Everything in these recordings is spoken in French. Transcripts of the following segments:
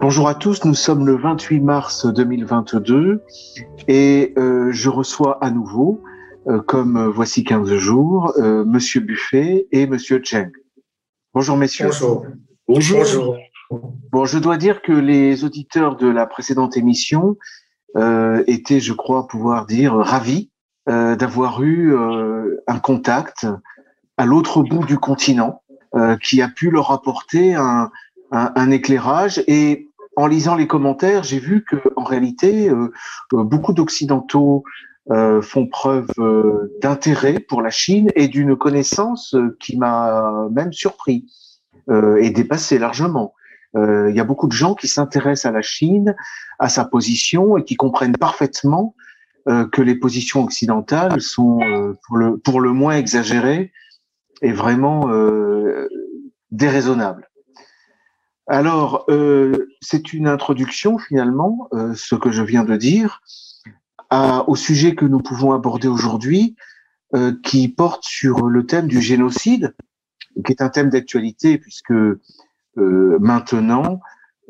Bonjour à tous, nous sommes le 28 mars 2022 et je reçois à nouveau, comme voici 15 jours, Monsieur Buffet et Monsieur Cheng. Bonjour messieurs. Bonjour. Bonjour. Bonjour. Bon, je dois dire que les auditeurs de la précédente émission étaient, je crois pouvoir dire, ravis d'avoir eu un contact à l'autre bout du continent qui a pu leur apporter un éclairage. Et en lisant les commentaires, j'ai vu que en réalité, beaucoup d'Occidentaux font preuve d'intérêt pour la Chine et d'une connaissance qui m'a même surpris et dépassé largement. Il y a beaucoup de gens qui s'intéressent à la Chine, à sa position et qui comprennent parfaitement que les positions occidentales sont pour le moins exagérées et vraiment déraisonnables. Alors, c'est une introduction finalement, ce que je viens de dire, au sujet que nous pouvons aborder aujourd'hui, qui porte sur le thème du génocide, qui est un thème d'actualité puisque maintenant,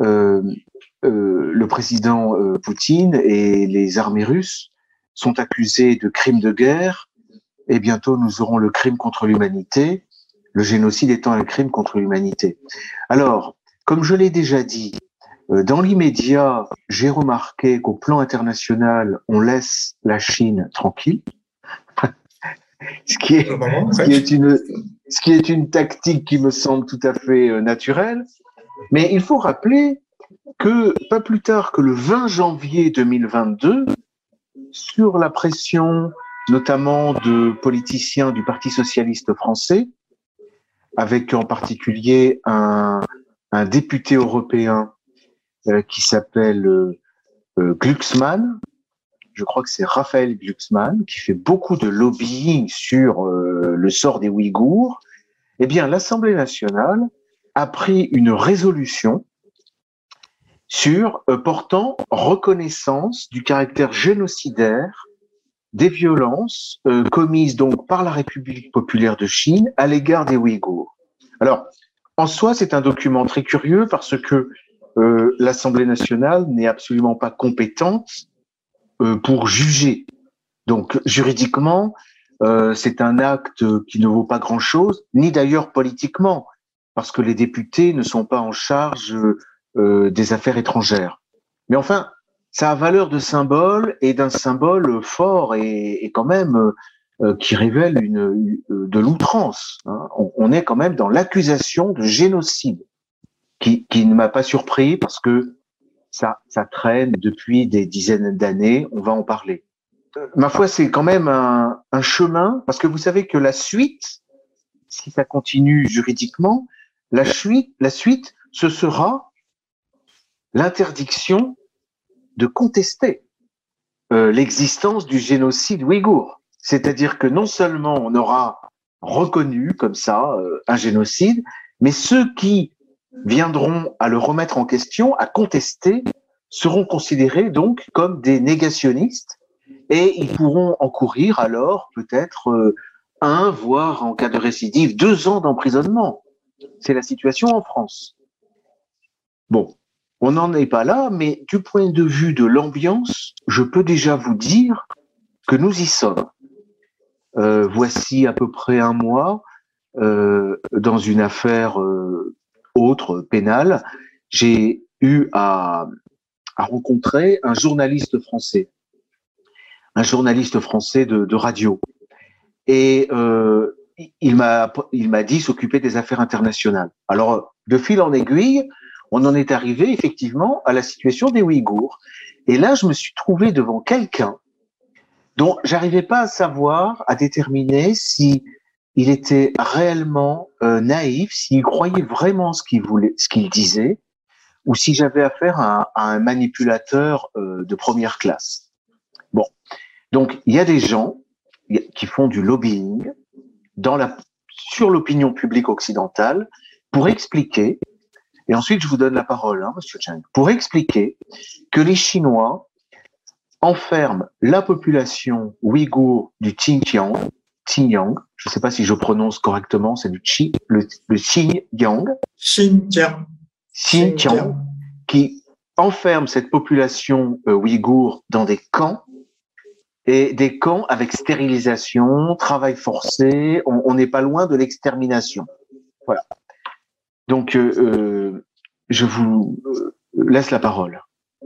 le président Poutine et les armées russes sont accusés de crimes de guerre, et bientôt nous aurons le crime contre l'humanité, le génocide étant un crime contre l'humanité. Alors, comme je l'ai déjà dit, dans l'immédiat, j'ai remarqué qu'au plan international, on laisse la Chine tranquille, ce qui est une tactique qui me semble tout à fait naturelle. Mais il faut rappeler que pas plus tard que le 20 janvier 2022, sur la pression notamment de politiciens du Parti socialiste français, avec en particulier un député européen qui s'appelle Glucksmann, je crois que c'est Raphaël Glucksmann, qui fait beaucoup de lobbying sur le sort des Ouïghours, eh bien l'Assemblée nationale a pris une résolution sur portant reconnaissance du caractère génocidaire des violences commises donc par la République populaire de Chine à l'égard des Ouïghours. Alors, en soi, c'est un document très curieux parce que l'Assemblée nationale n'est absolument pas compétente pour juger. Donc, juridiquement, c'est un acte qui ne vaut pas grand-chose, ni d'ailleurs politiquement, parce que les députés ne sont pas en charge des affaires étrangères. Mais enfin, ça a valeur de symbole et d'un symbole fort et quand même qui révèle de l'outrance. Hein. On est quand même dans l'accusation de génocide, qui ne m'a pas surpris parce que ça traîne depuis des dizaines d'années. On va en parler. Ma foi, c'est quand même un chemin, parce que vous savez que la suite, si ça continue juridiquement, la suite, ce sera l'interdiction de contester l'existence du génocide ouïghour. C'est-à-dire que non seulement on aura reconnu comme ça un génocide, mais ceux qui viendront à le remettre en question, à contester, seront considérés donc comme des négationnistes et ils pourront encourir alors peut-être 1, voire en cas de récidive, 2 ans d'emprisonnement. C'est la situation en France. Bon, on n'en est pas là, mais du point de vue de l'ambiance, je peux déjà vous dire que nous y sommes. Voici à peu près un mois, dans une affaire autre, pénale, j'ai eu à rencontrer un journaliste français de radio. Et il m'a dit s'occuper des affaires internationales. Alors, de fil en aiguille, on en est arrivé effectivement à la situation des Ouïghours. Et là, je me suis trouvé devant quelqu'un dont j'arrivais pas à savoir, à déterminer si il était réellement naïf, s'il croyait vraiment ce qu'il disait, ou si j'avais affaire à un manipulateur de première classe. Bon, donc il y a des gens qui font du lobbying sur l'opinion publique occidentale pour expliquer, et ensuite je vous donne la parole, hein, Monsieur Cheng, pour expliquer que les Chinois enferment la population ouïghour du Xinjiang, je ne sais pas si je prononce correctement, c'est le Xinjiang, qui enferme cette population ouïghour dans des camps, et des camps avec stérilisation, travail forcé. On n'est pas loin de l'extermination. Voilà. Donc, je vous laisse la parole.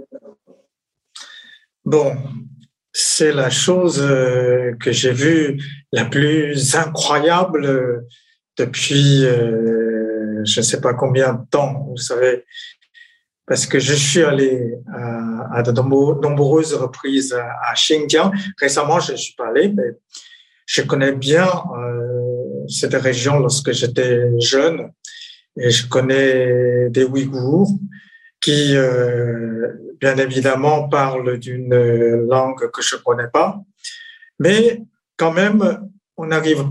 Bon, c'est la chose que j'ai vue la plus incroyable depuis je ne sais pas combien de temps, vous savez, parce que je suis allé à de nombreuses reprises à Xinjiang. Récemment, je ne suis pas allé, mais je connais bien cette région lorsque j'étais jeune, et je connais des Ouïghours qui, bien évidemment, parlent d'une langue que je ne connais pas, mais quand même, on arrive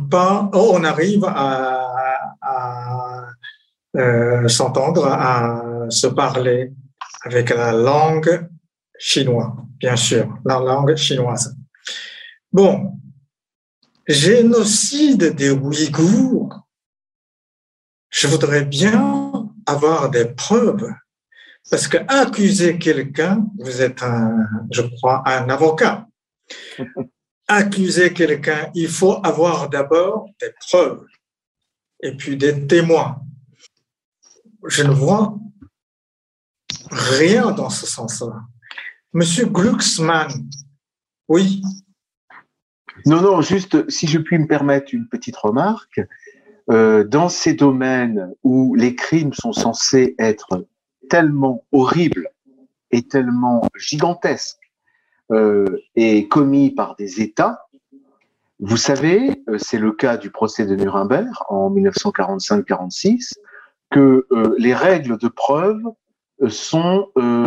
à s'entendre, à se parler avec la langue chinoise, bien sûr, la langue chinoise. Bon, génocide des Ouïghours, je voudrais bien avoir des preuves, parce que accuser quelqu'un, vous êtes je crois, un avocat. Accuser quelqu'un, il faut avoir d'abord des preuves et puis des témoins. Je ne vois rien dans ce sens-là. Monsieur Glucksmann, oui. Non, juste, si je puis me permettre une petite remarque, dans ces domaines où les crimes sont censés être tellement horribles et tellement gigantesques et commis par des États, vous savez, c'est le cas du procès de Nuremberg en 1945-46, que les règles de preuve sont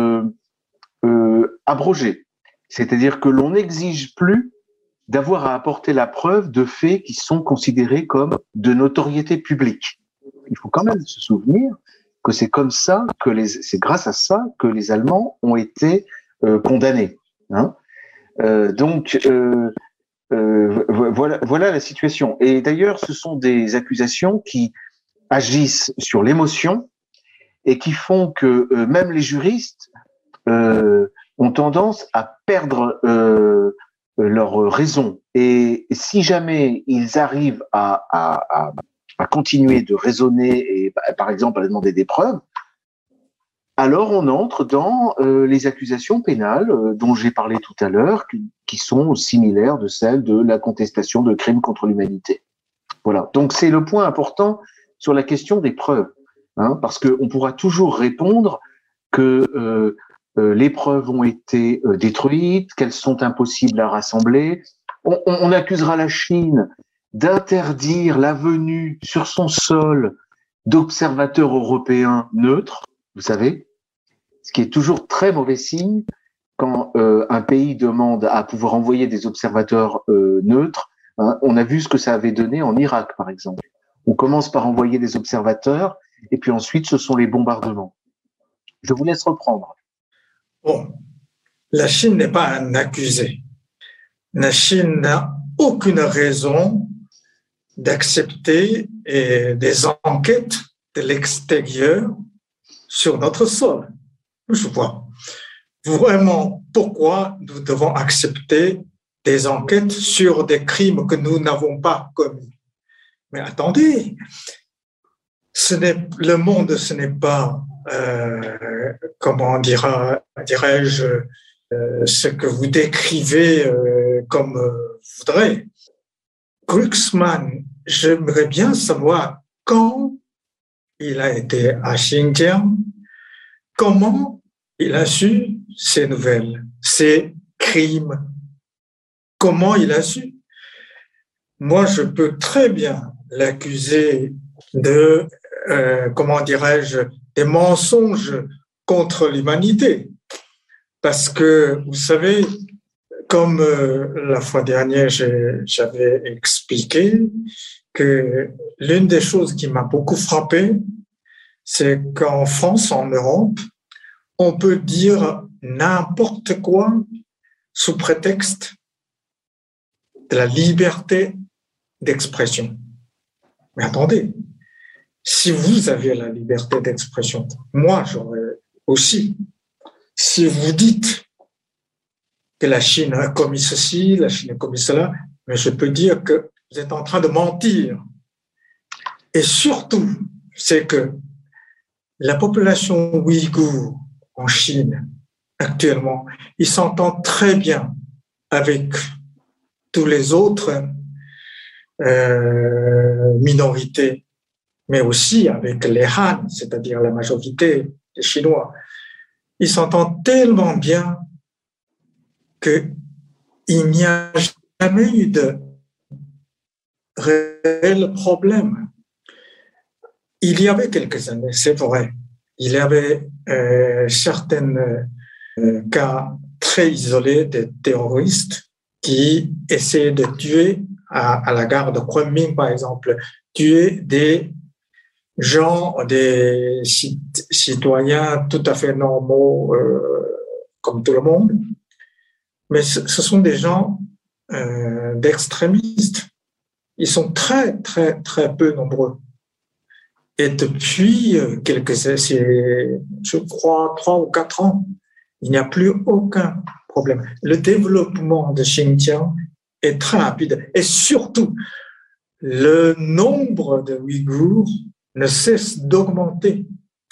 abrogées. C'est-à-dire que l'on n'exige plus d'avoir à apporter la preuve de faits qui sont considérés comme de notoriété publique. Il faut quand même se souvenir que c'est comme ça c'est grâce à ça que les Allemands ont été condamnés. Hein. Voilà la situation. Et d'ailleurs, ce sont des accusations qui agissent sur l'émotion et qui font que même les juristes ont tendance à perdre leur raison. Et si jamais ils arrivent à continuer de raisonner et par exemple à demander des preuves, alors on entre dans les accusations pénales dont j'ai parlé tout à l'heure, qui sont similaires de celles de la contestation de crimes contre l'humanité. Voilà. Donc c'est le point important sur la question des preuves, hein, parce qu'on pourra toujours répondre que les preuves ont été détruites, qu'elles sont impossibles à rassembler. On accusera la Chine d'interdire la venue sur son sol d'observateurs européens neutres, vous savez, ce qui est toujours très mauvais signe quand un pays demande à pouvoir envoyer des observateurs neutres. Hein, on a vu ce que ça avait donné en Irak, par exemple. On commence par envoyer des observateurs et puis ensuite ce sont les bombardements. Je vous laisse reprendre. Bon, la Chine n'est pas un accusé. La Chine n'a aucune raison d'accepter des enquêtes de l'extérieur sur notre sol. Je vois vraiment pourquoi nous devons accepter des enquêtes sur des crimes que nous n'avons pas commis. Mais attendez, le monde, ce n'est pas, comment dirais-je, ce que vous décrivez comme vous voudrez. Glucksmann, j'aimerais bien savoir quand il a été à Xinjiang, comment il a su ces nouvelles, ces crimes, comment il a su. Moi, je peux très bien l'accuser de, comment dirais-je, des mensonges contre l'humanité. Parce que, vous savez, comme la fois dernière, j'avais expliqué que l'une des choses qui m'a beaucoup frappé, c'est qu'en France, en Europe, on peut dire n'importe quoi sous prétexte de la liberté d'expression. Mais attendez, si vous avez la liberté d'expression, moi j'aurais aussi. si vous dites que la Chine a commis ceci, la Chine a commis cela, mais je peux dire que vous êtes en train de mentir. Et surtout, c'est que la population ouïghour en Chine, actuellement, ils s'entendent très bien avec tous les autres minorités, mais aussi avec les Han, c'est-à-dire la majorité des Chinois. Ils s'entendent tellement bien qu'il n'y a jamais eu de réel problème. Il y avait quelques années, c'est vrai, il y avait certains cas très isolés de terroristes qui essayaient de tuer à la gare de Kunming, par exemple, tuer des gens, des citoyens tout à fait normaux, comme tout le monde. Mais ce sont des gens d'extrémistes. Ils sont très, très, très peu nombreux. Et depuis quelques années, je crois 3 ou 4 ans, il n'y a plus aucun problème. Le développement de Xinjiang est très rapide. Et surtout, le nombre de Ouïghours ne cesse d'augmenter.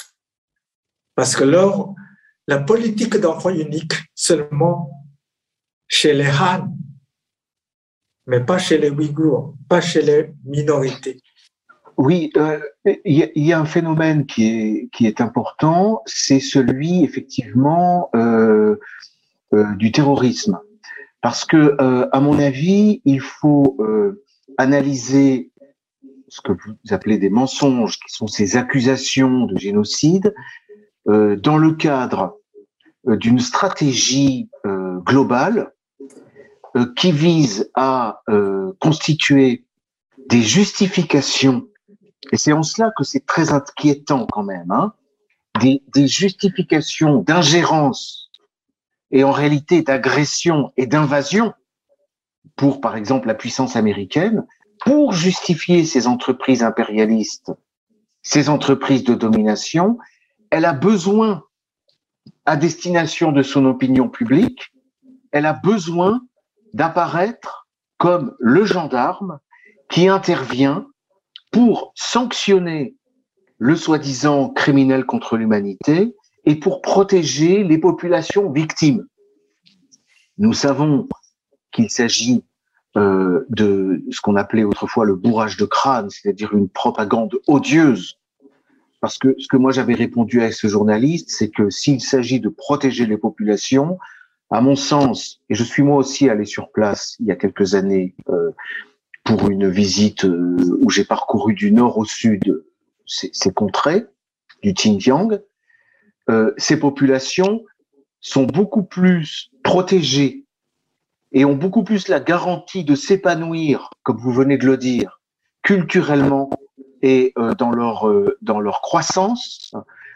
Parce que la politique d'enfant unique seulement chez les Han, mais pas chez les Ouïghours, pas chez les minorités. Oui, il y a un phénomène qui est important, c'est celui effectivement du terrorisme, parce que à mon avis, il faut analyser ce que vous appelez des mensonges, qui sont ces accusations de génocide, dans le cadre d'une stratégie globale qui vise à constituer des justifications. Et c'est en cela que c'est très inquiétant quand même, hein, des justifications d'ingérence et en réalité d'agression et d'invasion pour, par exemple, la puissance américaine, pour justifier ces entreprises impérialistes, ces entreprises de domination. Elle a besoin, à destination de son opinion publique, elle a besoin d'apparaître comme le gendarme qui intervient pour sanctionner le soi-disant criminel contre l'humanité et pour protéger les populations victimes. Nous savons qu'il s'agit de ce qu'on appelait autrefois le bourrage de crâne, c'est-à-dire une propagande odieuse. Parce que ce que moi j'avais répondu à ce journaliste, c'est que s'il s'agit de protéger les populations, à mon sens, et je suis moi aussi allé sur place il y a quelques années pour une visite où j'ai parcouru du nord au sud ces contrées du Xinjiang, ces populations sont beaucoup plus protégées et ont beaucoup plus la garantie de s'épanouir, comme vous venez de le dire, culturellement et dans leur croissance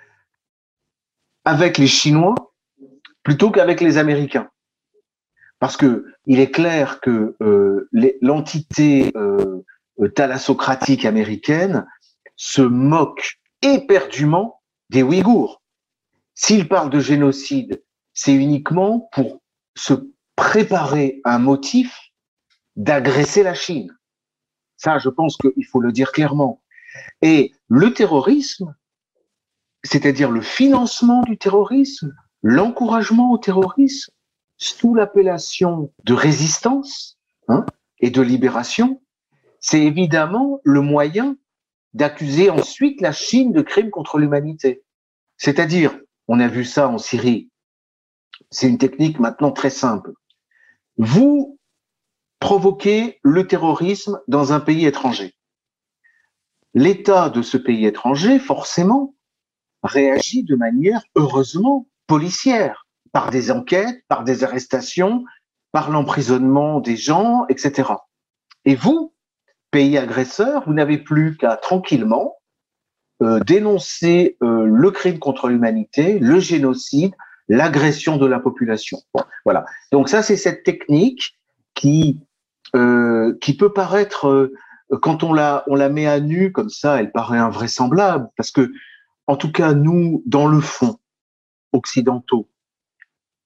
avec les Chinois plutôt qu'avec les Américains. Parce que il est clair que l'entité thalassocratique américaine se moque éperdument des Ouïghours. S'il parle de génocide, c'est uniquement pour se préparer un motif d'agresser la Chine. Ça, je pense qu'il faut le dire clairement. Et le terrorisme, c'est-à-dire le financement du terrorisme, l'encouragement au terrorisme, sous l'appellation de résistance et de libération, c'est évidemment le moyen d'accuser ensuite la Chine de crimes contre l'humanité. C'est-à-dire, on a vu ça en Syrie, c'est une technique maintenant très simple. Vous provoquez le terrorisme dans un pays étranger. L'État de ce pays étranger, forcément, réagit de manière, heureusement, policière, par des enquêtes, par des arrestations, par l'emprisonnement des gens, etc. Et vous, pays agresseur, vous n'avez plus qu'à tranquillement dénoncer le crime contre l'humanité, le génocide, l'agression de la population. Bon, voilà. Donc ça, c'est cette technique qui peut paraître, quand on la met à nu comme ça, elle paraît invraisemblable, parce que, en tout cas, nous, dans le fond, occidentaux,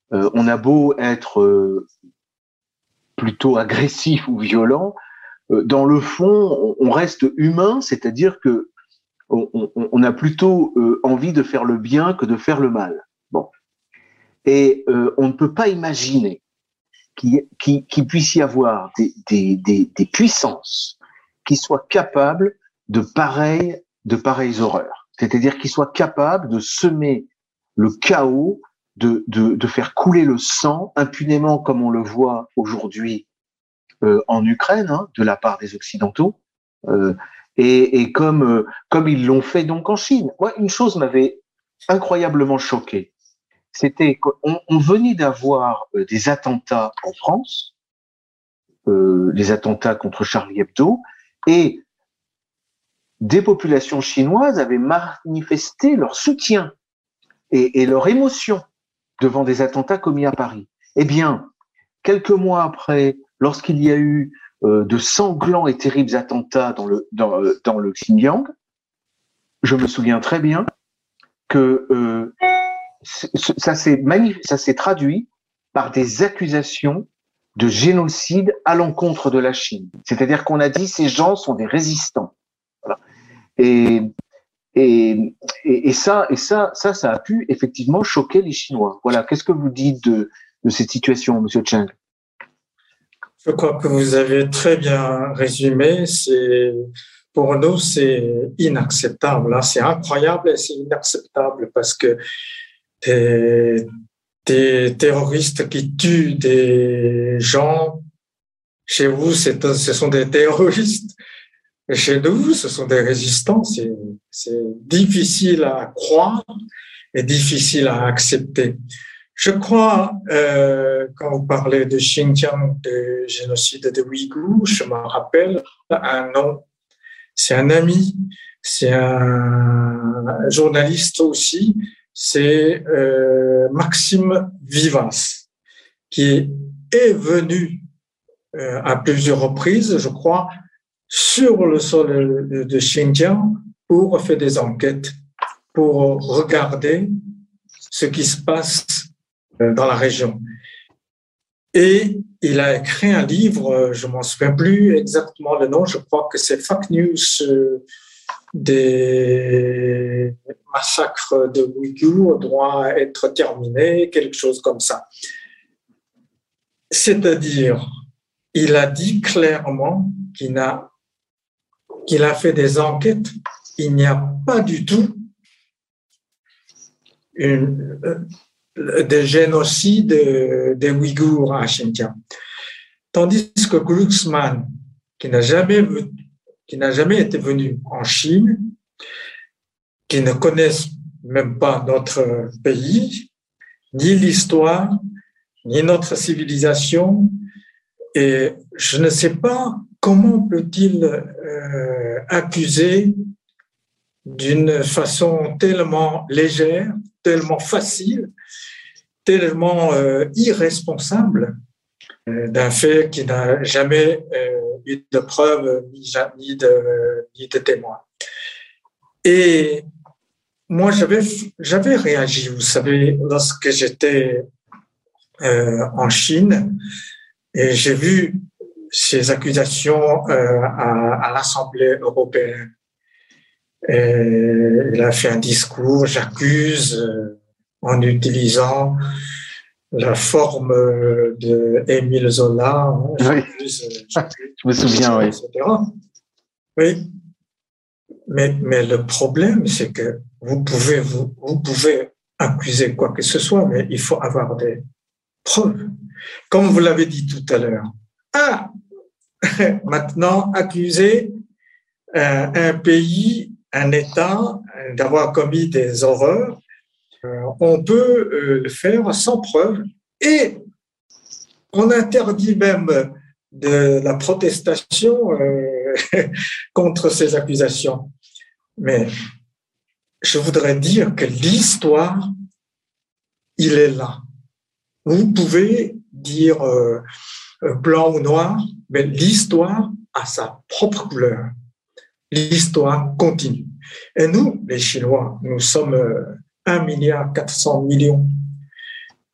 On a beau être plutôt agressif ou violent, dans le fond, on reste humain, c'est-à-dire que on a plutôt envie de faire le bien que de faire le mal. Bon. Et on ne peut pas imaginer qu'il puisse y avoir des puissances qui soient capables de pareilles horreurs. C'est-à-dire qui soient capables de semer le chaos, de faire couler le sang impunément, comme on le voit aujourd'hui en Ukraine, hein, de la part des Occidentaux, et comme ils l'ont fait donc en Chine. Moi, une chose m'avait incroyablement choqué. C'était qu'on venait d'avoir des attentats en France, les attentats contre Charlie Hebdo, et des populations chinoises avaient manifesté leur soutien et leur émotion devant des attentats commis à Paris. Eh bien, quelques mois après, lorsqu'il y a eu de sanglants et terribles attentats dans le Xinjiang, je me souviens très bien que ça s'est traduit par des accusations de génocide à l'encontre de la Chine. C'est-à-dire qu'on a dit ces gens sont des résistants. Voilà. Et ça a pu effectivement choquer les Chinois. Voilà. Qu'est-ce que vous dites de cette situation, Monsieur Cheng? Je crois que vous avez très bien résumé. Pour nous, c'est inacceptable. C'est incroyable et c'est inacceptable parce que des terroristes qui tuent des gens, chez vous, ce sont des terroristes. Et chez nous, ce sont des résistants. C'est difficile à croire et difficile à accepter. Je crois, quand vous parlez de Xinjiang, de génocide des Ouïghours, je me rappelle un nom. C'est un ami, c'est un journaliste aussi, c'est Maxime Vivas, qui est venu à plusieurs reprises, je crois, sur le sol de Xinjiang pour faire des enquêtes, pour regarder ce qui se passe dans la région. Et il a écrit un livre, je ne m'en souviens plus exactement le nom, je crois que c'est Fake News des massacres de Ouïghours doit être terminé, quelque chose comme ça. C'est-à-dire, il a dit clairement qu'il a fait des enquêtes, il n'y a pas du tout de génocide des Ouïghours à Xinjiang. Tandis que Glucksmann, qui n'a jamais été venu en Chine, qui ne connaissent même pas notre pays, ni l'histoire, ni notre civilisation, et je ne sais pas comment peut-il accuser d'une façon tellement légère, tellement facile, tellement irresponsable d'un fait qui n'a jamais eu de preuves ni de témoins. Et moi, j'avais réagi, vous savez, lorsque j'étais en Chine, et j'ai vu ces accusations à l'Assemblée européenne. Et il a fait un discours, j'accuse, en utilisant la forme de Émile Zola. Oui. Je me souviens, oui. Etc. Oui. Mais le problème, c'est que vous pouvez accuser quoi que ce soit, mais il faut avoir des preuves. Comme vous l'avez dit tout à l'heure. Maintenant, accuser un pays, un État d'avoir commis des horreurs, on peut le faire sans preuve et on interdit même de la protestation contre ces accusations. Mais je voudrais dire que l'histoire, il est là. Vous pouvez dire blanc ou noir, mais l'histoire a sa propre couleur. L'histoire continue. Et nous, les Chinois, nous sommes 1,4 milliard.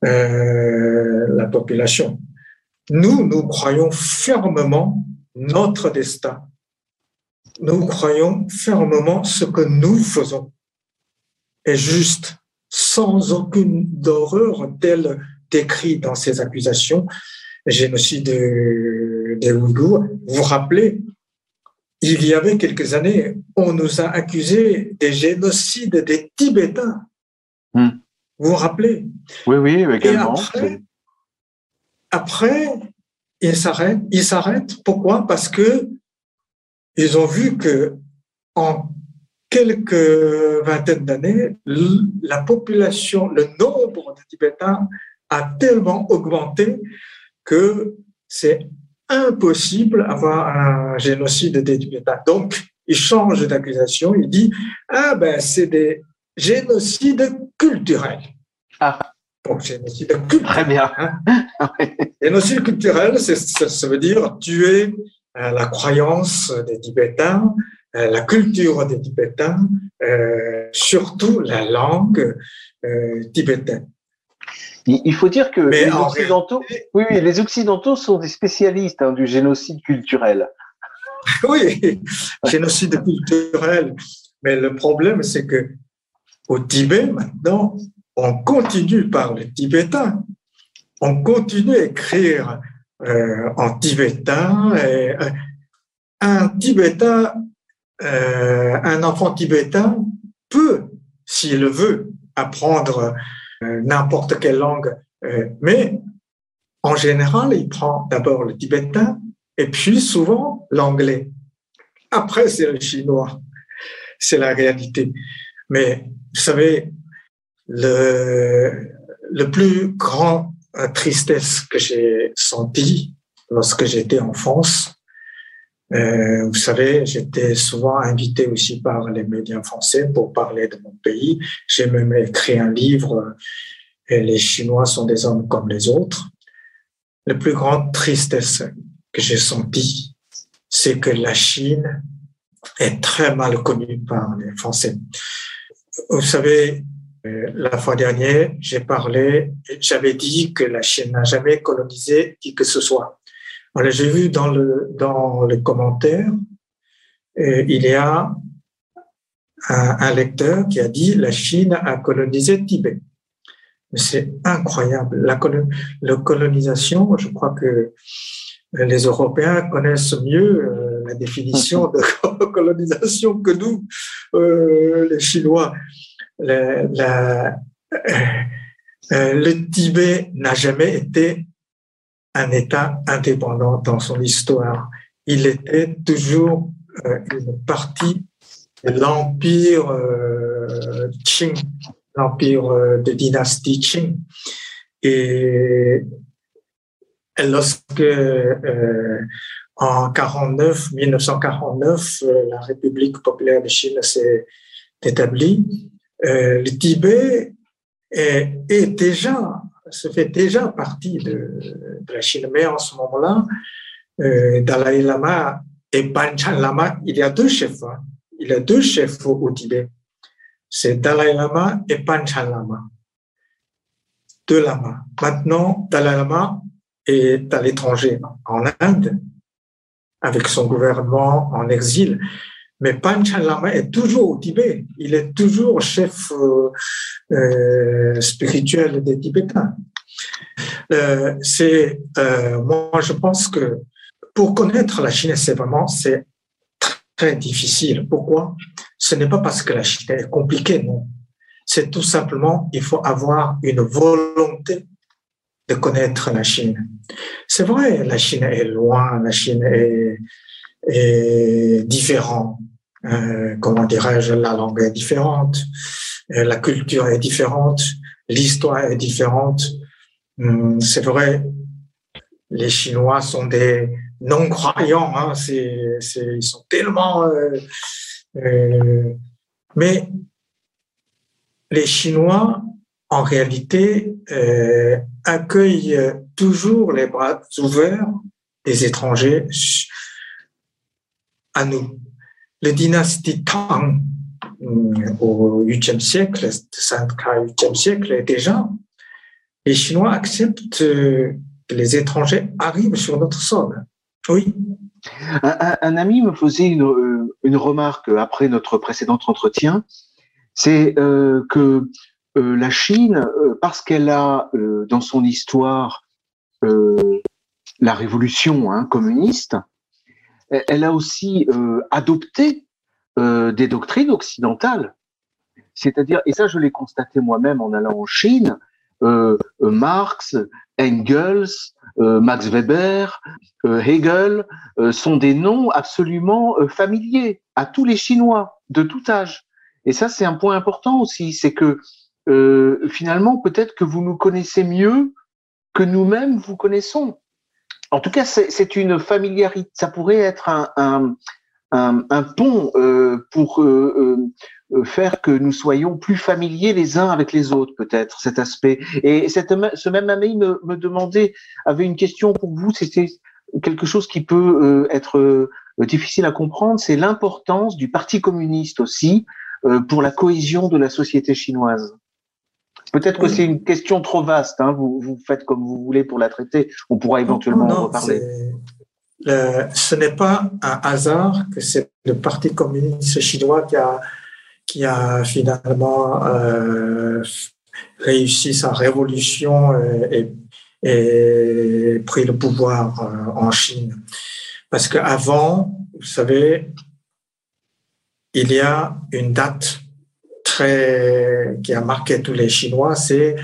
la population. Nous croyons fermement notre destin. Nous croyons fermement ce que nous faisons est juste, sans aucune horreur telle décrite dans ces accusations. Génocide des Ouïghours. Vous vous rappelez, il y avait quelques années, on nous a accusés des génocides des Tibétains. Vous vous rappelez? Oui, également. Et après ils s'arrêtent. Pourquoi? Parce que ils ont vu que en quelques vingtaines d'années, la population, le nombre de Tibétains a tellement augmenté que c'est impossible d'avoir un génocide des Tibétains. Donc, il change d'accusation, il dit c'est des génocides culturels. Donc, génocide culturel. Très bien. Génocide culturel, ça veut dire tuer la croyance des Tibétains, la culture des Tibétains, surtout la langue tibétaine. Il faut dire que les Occidentaux sont des spécialistes du génocide culturel. Oui, génocide culturel. Mais le problème, c'est que au Tibet, maintenant, on continue par le tibétain. On continue à écrire en tibétain. Et, un enfant tibétain peut, s'il le veut, apprendre n'importe quelle langue, mais en général, il prend d'abord le tibétain et puis souvent l'anglais. Après, c'est le chinois. C'est la réalité. Mais vous savez, le plus grand tristesse que j'ai senti lorsque j'étais en France, vous savez, j'étais souvent invité aussi par les médias français pour parler de mon pays. J'ai même écrit un livre, Les Chinois sont des hommes comme les autres. La plus grande tristesse que j'ai sentie, c'est que la Chine est très mal connue par les Français. Vous savez, la fois dernière, j'avais dit que la Chine n'a jamais colonisé qui que ce soit. Alors, j'ai vu dans le commentaire, il y a un lecteur qui a dit la Chine a colonisé Tibet. Mais c'est incroyable. La colonisation, je crois que les Européens connaissent mieux la définition de colonisation que nous, les Chinois. Le Tibet n'a jamais été un État indépendant dans son histoire. Il était toujours une partie de l'empire Qing, l'empire de dynastie Qing. Et lorsque en 1949, la République populaire de Chine s'est établie, le Tibet se fait déjà partie de la Chine. Mais en ce moment-là, Dalai Lama et Panchen Lama, il y a deux chefs. Il y a deux chefs au Tibet. C'est Dalai Lama et Panchen Lama. Deux lamas. Maintenant, Dalai Lama est à l'étranger, en Inde, avec son gouvernement en exil. Mais Panchen Lama est toujours au Tibet. Il est toujours chef spirituel des Tibétains. Moi, je pense que pour connaître la Chine, c'est très difficile. Pourquoi? Ce n'est pas parce que la Chine est compliquée, non. C'est tout simplement, il faut avoir une volonté de connaître la Chine. C'est vrai, la Chine est loin, la Chine est différente. Comment dirais-je, la langue est différente, la culture est différente, l'histoire est différente. C'est vrai, les Chinois sont des non-croyants, ils sont tellement... mais les Chinois, en réalité, accueillent toujours les bras ouverts des étrangers à nous. La dynastie Tang, au 8e siècle, 8e siècle déjà, les Chinois acceptent que les étrangers arrivent sur notre sol. Oui. Un ami me faisait une remarque après notre précédent entretien, c'est que la Chine, parce qu'elle a dans son histoire la révolution communiste, elle a aussi adopté des doctrines occidentales. C'est-à-dire, et ça je l'ai constaté moi-même en allant en Chine, Marx, Engels, Max Weber, Hegel sont des noms absolument familiers à tous les Chinois de tout âge. Et ça, c'est un point important aussi, c'est que finalement, peut-être que vous nous connaissez mieux que nous-mêmes vous connaissons. En tout cas, c'est une familiarité. Ça pourrait être un pont pour faire que nous soyons plus familiers les uns avec les autres, peut-être, cet aspect. Et ce même ami me demandait, avait une question pour vous, c'était quelque chose qui peut être difficile à comprendre, c'est l'importance du Parti communiste aussi pour la cohésion de la société chinoise. Peut-être que c'est une question trop vaste, vous faites comme vous voulez pour la traiter, on pourra éventuellement en reparler. Ce n'est pas un hasard que c'est le Parti communiste chinois qui a finalement réussi sa révolution et pris le pouvoir en Chine. Parce qu'avant, vous savez, il y a une date qui a marqué tous les Chinois, c'est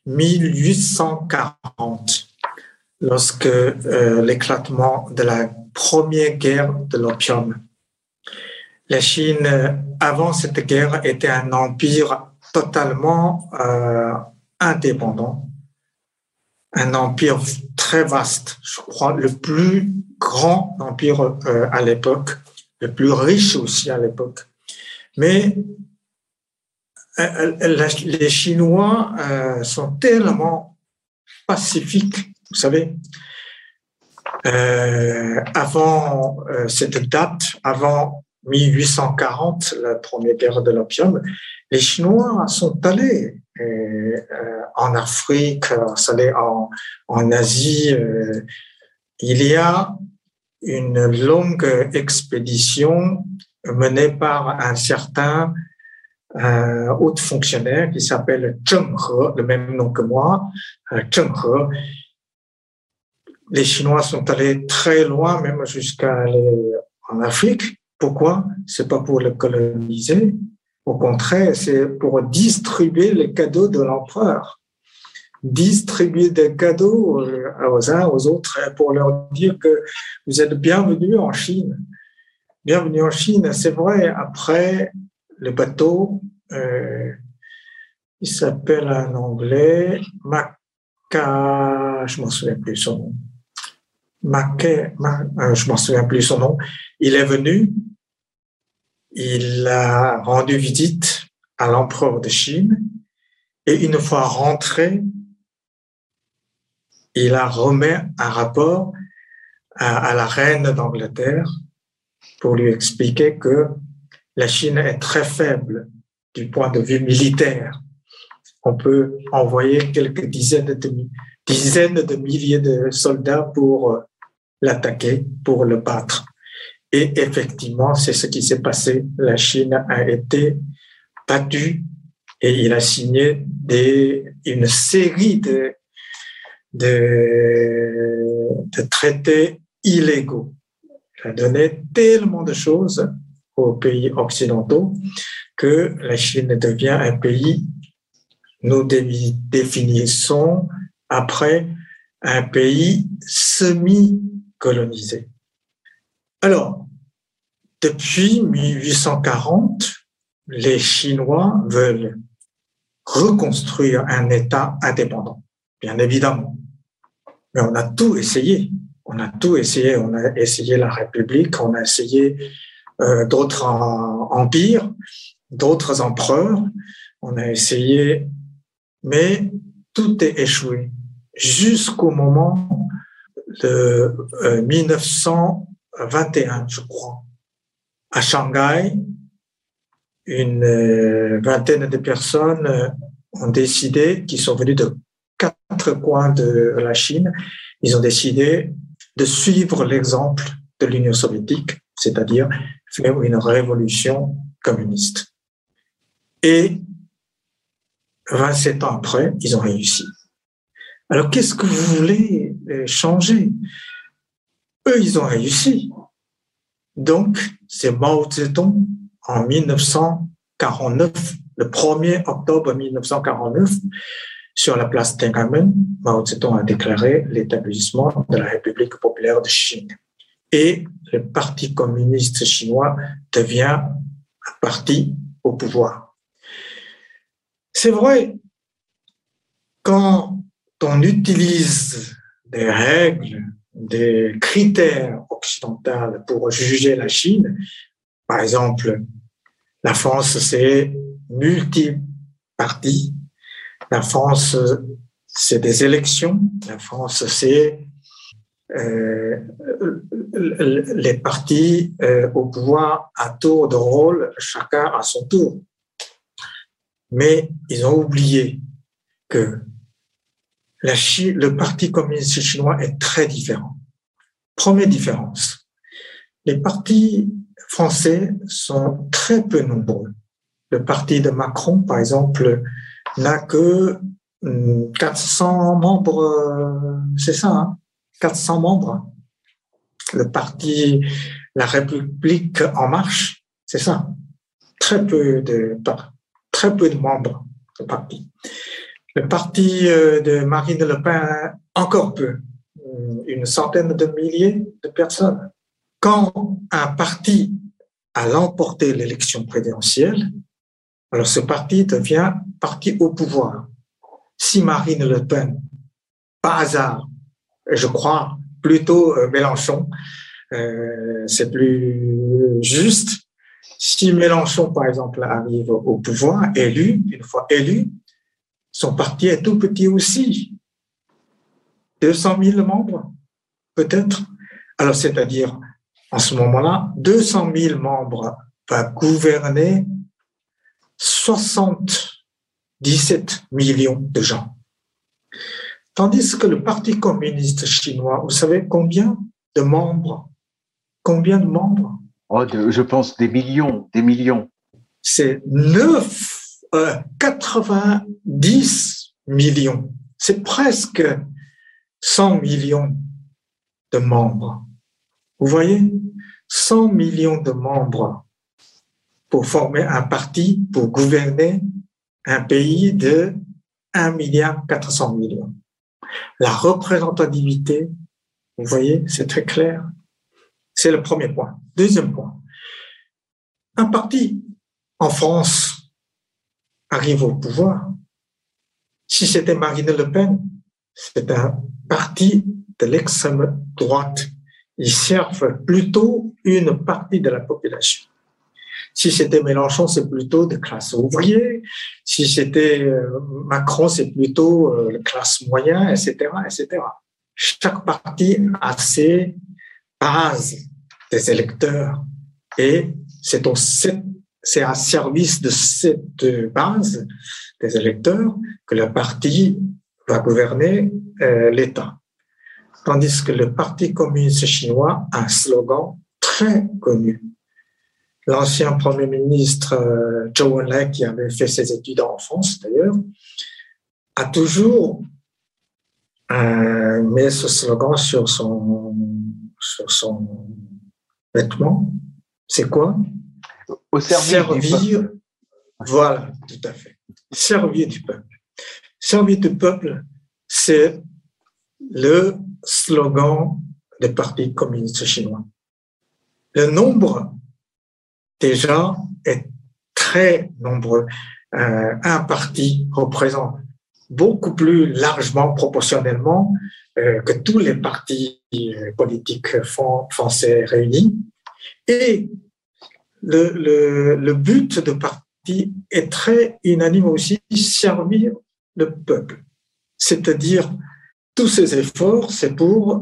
1840, lorsque l'éclatement de la première guerre de l'opium. La Chine, avant cette guerre, était un empire totalement indépendant, un empire très vaste, je crois, le plus grand empire à l'époque, le plus riche aussi à l'époque. Mais les Chinois sont tellement pacifiques, vous savez. Avant cette date, avant 1840, la première guerre de l'opium, les Chinois sont allés en Afrique, sont allés en Asie. Il y a une longue expédition menée par un certain haut fonctionnaire qui s'appelle Zheng He, le même nom que moi, Zheng He. Les Chinois sont allés très loin, même jusqu'à aller en Afrique. Pourquoi? C'est pas pour le coloniser. Au contraire, c'est pour distribuer les cadeaux de l'empereur. Distribuer des cadeaux aux uns, aux autres, pour leur dire que vous êtes bienvenus en Chine. Bienvenue en Chine, c'est vrai, après le bateau, il s'appelle en anglais je m'en souviens plus son nom. Je m'en souviens plus son nom. Il est venu, il a rendu visite à l'empereur de Chine et une fois rentré, il a remis un rapport à la reine d'Angleterre pour lui expliquer que la Chine est très faible du point de vue militaire. On peut envoyer quelques dizaines de milliers de soldats pour l'attaquer, pour le battre. Et effectivement, c'est ce qui s'est passé. La Chine a été battue et il a signé une série de traités illégaux. Il a donné tellement de choses aux pays occidentaux que la Chine devient un pays, nous définissons après, un pays semi-colonisé. Alors, depuis 1840, les Chinois veulent reconstruire un État indépendant, bien évidemment. Mais on a tout essayé. On a essayé la République, on a essayé d'autres empires, d'autres empereurs. On a essayé, mais tout est échoué. Jusqu'au moment de 1921, je crois. À Shanghai, une vingtaine de personnes ont décidé, qui sont venues de quatre coins de la Chine, ils ont décidé de suivre l'exemple de l'Union soviétique, c'est-à-dire faire une révolution communiste. Et 27 ans après, ils ont réussi. Alors, qu'est-ce que vous voulez changer? Eux, ils ont réussi. Donc, c'est Mao Zedong en 1949, le 1er octobre 1949, sur la place Tiananmen, Mao Zedong a déclaré l'établissement de la République populaire de Chine. Et le Parti communiste chinois devient un parti au pouvoir. C'est vrai, quand on utilise des règles, des critères occidentaux pour juger la Chine, par exemple, la France, c'est multiparti. La France, c'est des élections. La France, c'est les partis au pouvoir à tour de rôle, chacun à son tour. Mais ils ont oublié que le Parti communiste chinois est très différent. Première différence, les partis français sont très peu nombreux. Le parti de Macron, par exemple, n'a que 400 membres, c'est ça, hein, 400 membres. Le parti La République En Marche, c'est ça, très peu de membres de parti. Le parti de Marine Le Pen, encore peu, une centaine de milliers de personnes. Quand un parti a remporté l'élection présidentielle, alors ce parti devient parti au pouvoir. Si Marine Le Pen, par hasard, je crois plutôt Mélenchon, c'est plus juste. Si Mélenchon, par exemple, arrive au pouvoir, une fois élu, son parti est tout petit aussi. 200 000 membres, peut-être. Alors, c'est-à-dire, en ce moment-là, 200 000 membres va gouverner 77 millions de gens. Tandis que le Parti communiste chinois, vous savez combien de membres? Combien de membres? Oh, je pense des millions. C'est 90 millions. C'est presque 100 millions de membres. Vous voyez, 100 millions de membres pour former un parti, pour gouverner un pays de 1,4 milliard. La représentativité, vous voyez, c'est très clair. C'est le premier point. Deuxième point, un parti en France arrive au pouvoir. Si c'était Marine Le Pen, c'est un parti de l'extrême droite. Ils servent plutôt une partie de la population. Si c'était Mélenchon, c'est plutôt de classe ouvrière. Si c'était Macron, c'est plutôt la classe moyenne, etc., etc. Chaque parti a ses bases des électeurs et c'est à service de cette base des électeurs que le parti va gouverner l'État. Tandis que le Parti communiste chinois a un slogan très connu. L'ancien Premier ministre Zhou Enlai, qui avait fait ses études en France d'ailleurs, a toujours mis ce slogan sur son vêtement. C'est quoi? Au servir du peuple. Voilà, tout à fait. Servir du peuple. Servir du peuple, c'est le slogan du Parti communiste chinois. Le nombre déjà est très nombreux. Un parti représente beaucoup plus largement, proportionnellement, que tous les partis politiques français réunis. Et le but de parti est très unanime aussi, servir le peuple. C'est-à-dire, tous ces efforts, c'est pour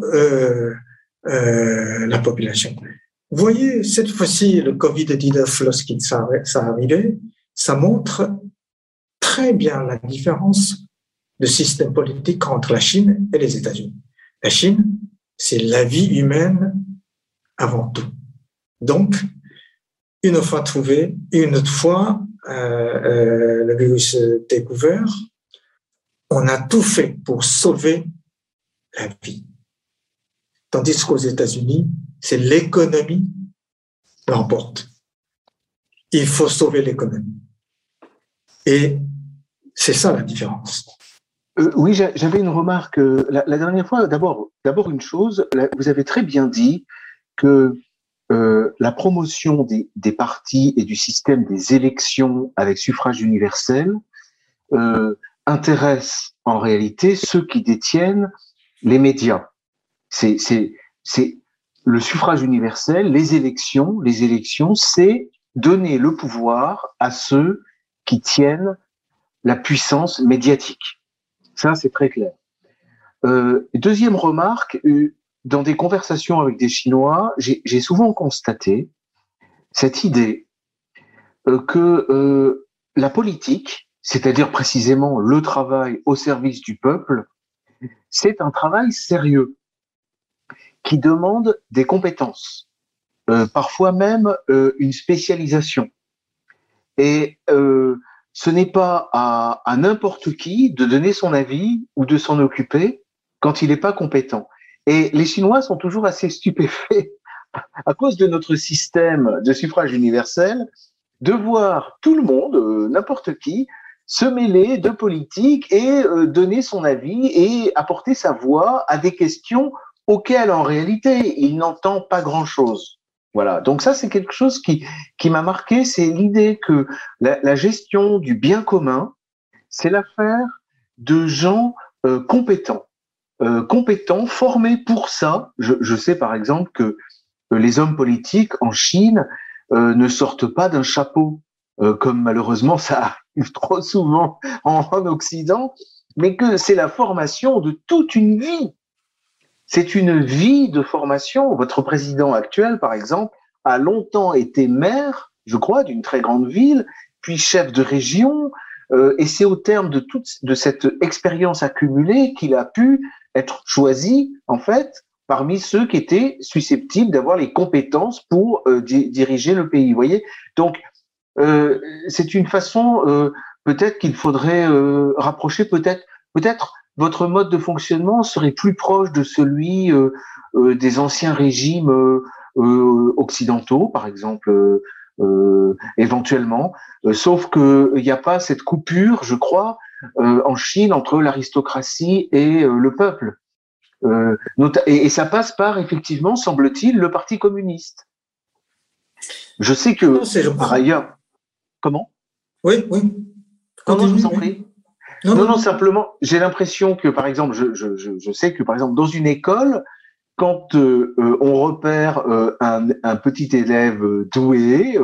la population. Vous voyez, cette fois-ci, le Covid-19, lorsqu'il s'est arrivé, ça montre très bien la différence de système politique entre la Chine et les États-Unis. La Chine, c'est la vie humaine avant tout. Donc, une fois trouvé, une fois le virus découvert, on a tout fait pour sauver la vie. Tandis qu'aux États-Unis, c'est l'économie qui l'emporte. Il faut sauver l'économie. Et c'est ça la différence. Oui, j'avais une remarque. La dernière fois, d'abord une chose, vous avez très bien dit que la promotion des partis et du système des élections avec suffrage universel intéresse en réalité ceux qui détiennent les médias. C'est le suffrage universel, les élections, c'est donner le pouvoir à ceux qui tiennent la puissance médiatique. Ça, c'est très clair. Deuxième remarque, dans des conversations avec des Chinois, j'ai souvent constaté cette idée que la politique, c'est-à-dire précisément le travail au service du peuple, c'est un travail sérieux qui demande des compétences, parfois même une spécialisation. Et ce n'est pas à n'importe qui de donner son avis ou de s'en occuper quand il n'est pas compétent. Et les Chinois sont toujours assez stupéfaits à cause de notre système de suffrage universel de voir tout le monde, n'importe qui, se mêler de politique et donner son avis et apporter sa voix à des questions auxquelles en réalité il n'entend pas grand-chose. Voilà. Donc ça, c'est quelque chose qui m'a marqué, c'est l'idée que la gestion du bien commun, c'est l'affaire de gens compétents, formés pour ça. Je sais par exemple que les hommes politiques en Chine ne sortent pas d'un chapeau, comme malheureusement ça arrive trop souvent en Occident, mais que c'est la formation de toute une vie. C'est une vie de formation. Votre président actuel, par exemple, a longtemps été maire, je crois, d'une très grande ville, puis chef de région, et c'est au terme de cette expérience accumulée qu'il a pu être choisi, en fait, parmi ceux qui étaient susceptibles d'avoir les compétences pour diriger le pays. Vous voyez ? Donc, c'est une façon, peut-être qu'il faudrait rapprocher, peut-être votre mode de fonctionnement serait plus proche de celui des anciens régimes occidentaux, par exemple, éventuellement, sauf que il n'y a pas cette coupure, je crois, en Chine entre l'aristocratie et le peuple. Et ça passe par, effectivement, semble-t-il, le Parti communiste. Je sais que, par ailleurs... Comment ? Oui. Non, je vous en prie. Non, simplement, j'ai l'impression que, par exemple, je sais que, par exemple, dans une école, quand on repère un petit élève doué,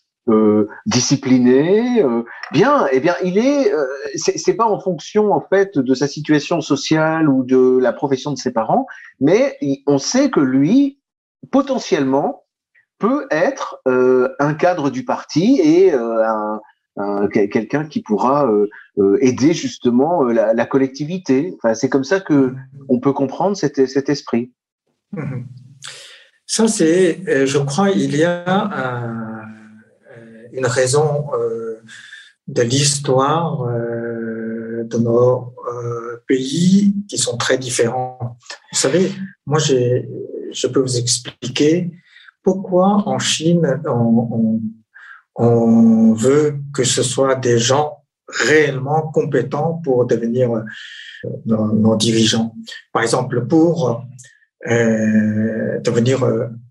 discipliné, bien, il est, c'est pas en fonction en fait de sa situation sociale ou de la profession de ses parents, mais on sait que lui, potentiellement, peut être un cadre du parti et quelqu'un qui pourra aider justement la collectivité. Enfin, c'est comme ça que on peut comprendre cet esprit. Ça, c'est, je crois, il y a une raison de l'histoire de nos pays qui sont très différents. Vous savez, moi, je peux vous expliquer pourquoi en Chine, on veut que ce soit des gens réellement compétents pour devenir nos dirigeants. Par exemple, pour devenir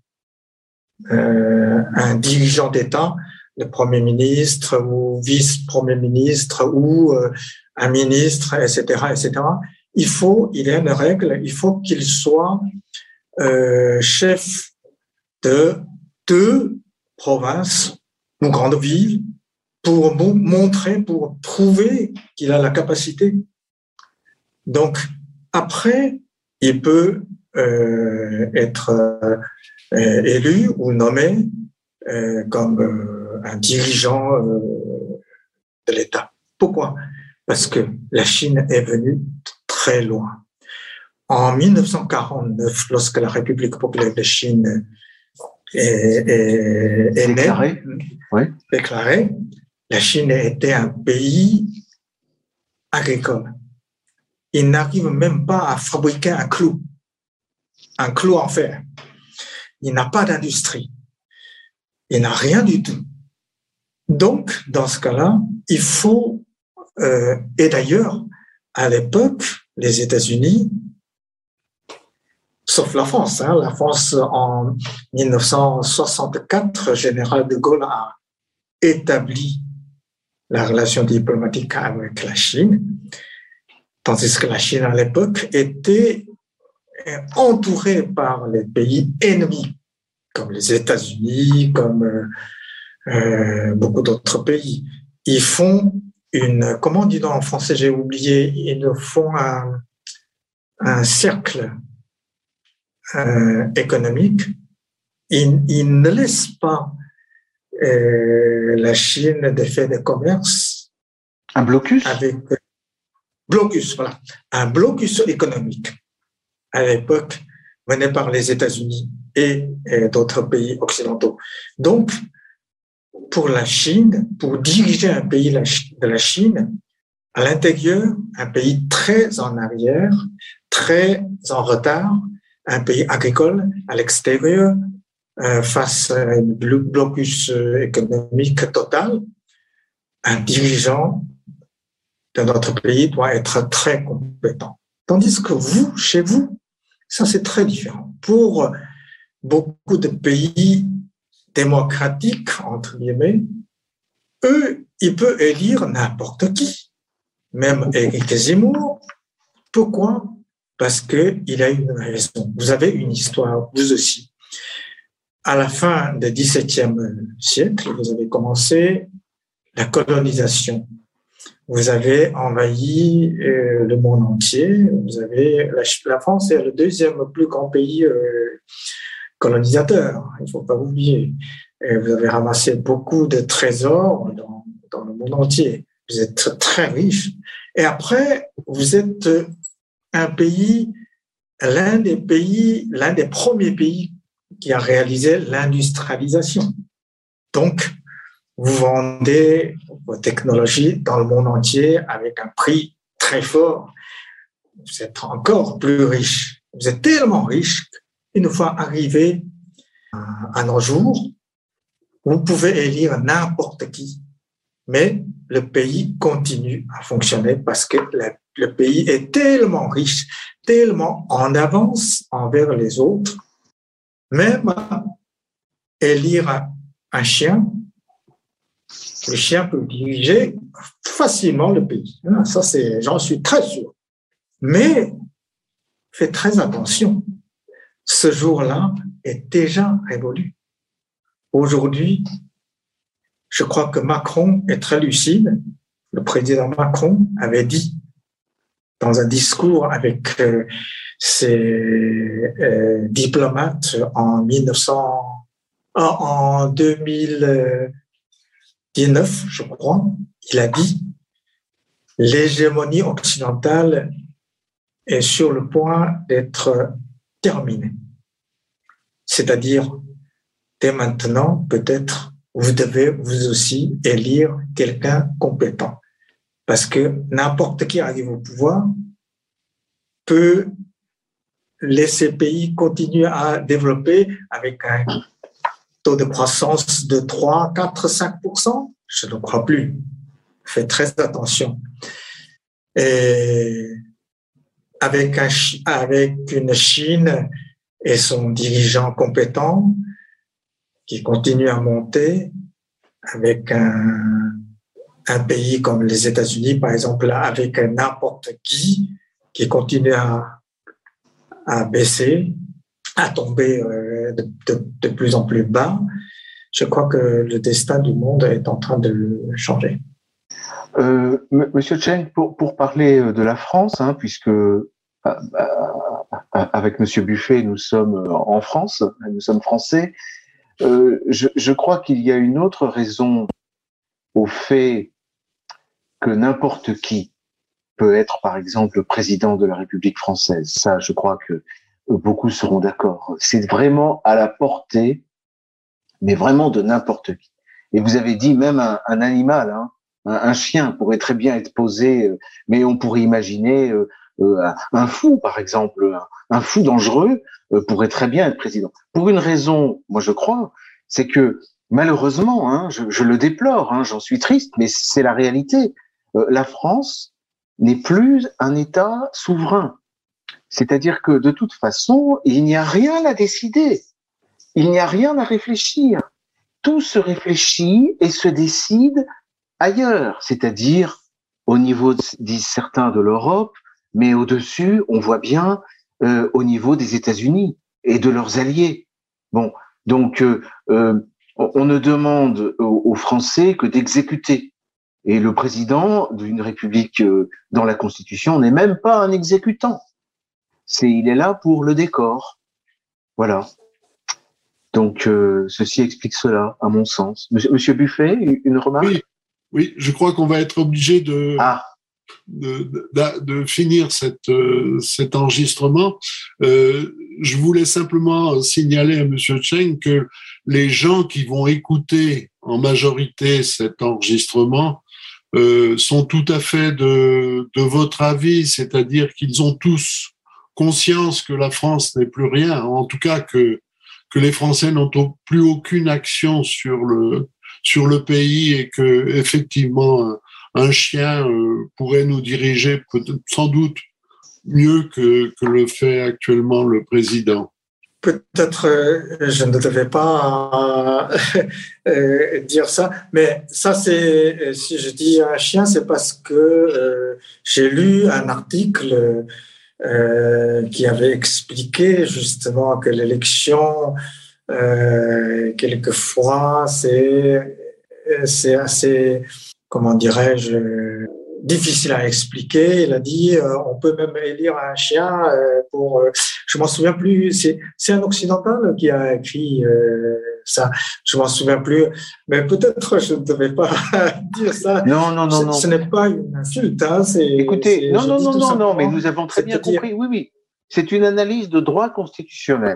un dirigeant d'État, le Premier ministre ou vice-premier ministre ou un ministre, etc., il y a une règle, il faut qu'il soit chef de 2 provinces ou grandes villes pour pour prouver qu'il a la capacité. Donc, après, il peut être élu ou nommé comme un dirigeant de l'État. Pourquoi ? parce que la Chine est venue très loin. En 1949, lorsque la République populaire de Chine est déclarée, la Chine était un pays agricole. Il n'arrive même pas à fabriquer un clou en fer. Il n'a pas d'industrie. Il n'a rien du tout. Donc, dans ce cas-là, il faut, et d'ailleurs, à l'époque, les États-Unis, sauf la France, la France en 1964, général de Gaulle a établi la relation diplomatique avec la Chine, tandis que la Chine à l'époque était entourée par les pays ennemis, comme les États-Unis, comme beaucoup d'autres pays. Ils font comment on dit en français, j'ai oublié, ils font un cercle économique. Ils ne laissent pas la Chine de faire des commerces. Un blocus? Voilà. Un blocus économique à l'époque mené par les États-Unis et d'autres pays occidentaux. Donc, pour la Chine, pour diriger un pays de la Chine, à l'intérieur, un pays très en arrière, très en retard, un pays agricole à l'extérieur, face à un blocus économique total, un dirigeant de notre pays doit être très compétent. Tandis que vous, chez vous, ça c'est très différent. Pour beaucoup de pays démocratiques, entre guillemets, eux, ils peuvent élire n'importe qui, même Éric Zemmour. Pourquoi? Parce qu'il a une raison. Vous avez une histoire, vous aussi. À la fin du XVIIe siècle, vous avez commencé la colonisation. Vous avez envahi le monde entier. Vous avez la France est le deuxième plus grand pays colonisateur. Il ne faut pas oublier. Et vous avez ramassé beaucoup de trésors dans le monde entier. Vous êtes très riche. Et après, vous êtes un pays, l'un des premiers pays qui a réalisé l'industrialisation. Donc, vous vendez vos technologies dans le monde entier avec un prix très fort. Vous êtes encore plus riche. Vous êtes tellement riche qu'une fois arrivé à nos jours, vous pouvez élire n'importe qui. Mais le pays continue à fonctionner parce que le pays est tellement riche, tellement en avance envers les autres. Même élire un chien, le chien peut diriger facilement le pays. Ça, j'en suis très sûr. Mais faites très attention. Ce jour-là est déjà révolu. Aujourd'hui, je crois que Macron est très lucide. Le président Macron avait dit dans un discours avec ses diplomates en 2019, je crois, il a dit « L'hégémonie occidentale est sur le point d'être terminée. » C'est-à-dire, dès maintenant, peut-être, vous devez vous aussi élire quelqu'un compétent. Parce que n'importe qui arrive au pouvoir peut laisser le pays continuer à développer avec un taux de croissance de 3, 4, 5%. Je ne crois plus. Faites très attention. Et avec une Chine et son dirigeant compétent qui continue à monter, avec un pays comme les États-Unis, par exemple, avec n'importe qui continue à baisser, à tomber de plus en plus bas, je crois que le destin du monde est en train de changer. Monsieur Cheng, pour parler de la France, puisque avec Monsieur Buffet, nous sommes en France, nous sommes français, je crois qu'il y a une autre raison au fait que n'importe qui peut être, par exemple, le président de la République française. Ça, je crois que beaucoup seront d'accord. C'est vraiment à la portée, mais vraiment de n'importe qui. Et vous avez dit même un animal, hein, un chien pourrait très bien être posé, mais on pourrait imaginer un fou, par exemple, un fou dangereux pourrait très bien être président. Pour une raison, moi je crois, c'est que malheureusement, hein, je le déplore, hein, j'en suis triste, mais c'est la réalité. La France n'est plus un État souverain. C'est-à-dire que de toute façon, il n'y a rien à décider, il n'y a rien à réfléchir. Tout se réfléchit et se décide ailleurs, c'est-à-dire au niveau, disent certains, de l'Europe, mais au-dessus, on voit bien au niveau des États-Unis et de leurs alliés. Bon, donc on ne demande aux Français que d'exécuter. Et le président d'une république dans la Constitution n'est même pas un exécutant. Il est là pour le décor. Voilà. Donc, ceci explique cela, à mon sens. Monsieur Buffet, une remarque? Oui, je crois qu'on va être obligé de finir cet enregistrement. Je voulais simplement signaler à Monsieur Cheng que les gens qui vont écouter en majorité cet enregistrement sont tout à fait de votre avis, c'est-à-dire qu'ils ont tous conscience que la France n'est plus rien, en tout cas que les Français n'ont plus aucune action sur le pays et que effectivement un chien pourrait nous diriger sans doute mieux que le fait actuellement le président. Peut-être je ne devais pas dire ça, mais ça c'est, si je dis un chien, c'est parce que j'ai lu un article qui avait expliqué justement que l'élection, quelquefois, c'est assez, comment dirais-je, difficile à expliquer. Il a dit, on peut même élire un chien je m'en souviens plus, c'est un occidental qui a écrit ça, je m'en souviens plus, mais peut-être je ne devais pas dire ça. Non. Ce n'est pas une insulte, hein, Écoutez, non, mais nous avons très bien compris, oui. C'est une analyse de droit constitutionnel.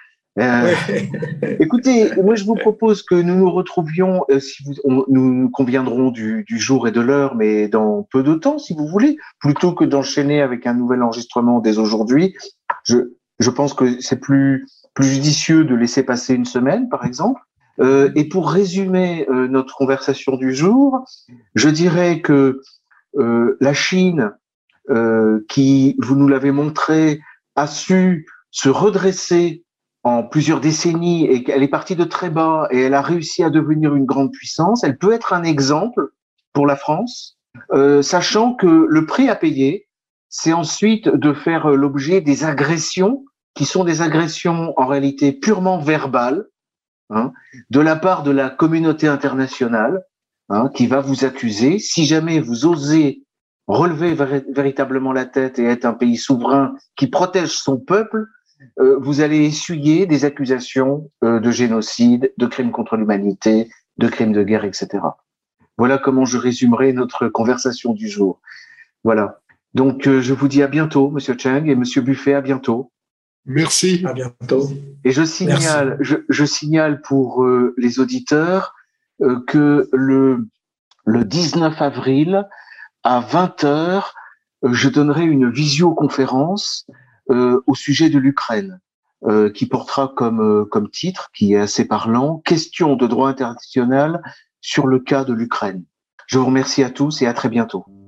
Écoutez, moi je vous propose que nous nous retrouvions, nous conviendrons du jour et de l'heure, mais dans peu de temps, si vous voulez, plutôt que d'enchaîner avec un nouvel enregistrement dès aujourd'hui. Je pense que c'est plus judicieux de laisser passer une semaine, par exemple. Et pour résumer notre conversation du jour, je dirais que la Chine, qui, vous nous l'avez montré, a su se redresser en plusieurs décennies et qu'elle est partie de très bas et elle a réussi à devenir une grande puissance. Elle peut être un exemple pour la France, sachant que le prix à payer, c'est ensuite de faire l'objet des agressions qui sont des agressions en réalité purement verbales, hein, de la part de la communauté internationale, hein, qui va vous accuser. Si jamais vous osez relever véritablement la tête et être un pays souverain qui protège son peuple, vous allez essuyer des accusations de génocide, de crimes contre l'humanité, de crimes de guerre, etc. Voilà comment je résumerai notre conversation du jour. Voilà. Donc, je vous dis à bientôt, Monsieur Cheng, et Monsieur Buffet, à bientôt. Merci. À bientôt. Et je signale pour les auditeurs que le 19 avril à 20h, je donnerai une visioconférence au sujet de l'Ukraine, qui portera comme titre, qui est assez parlant, Question de droit international sur le cas de l'Ukraine. Je vous remercie à tous et à très bientôt.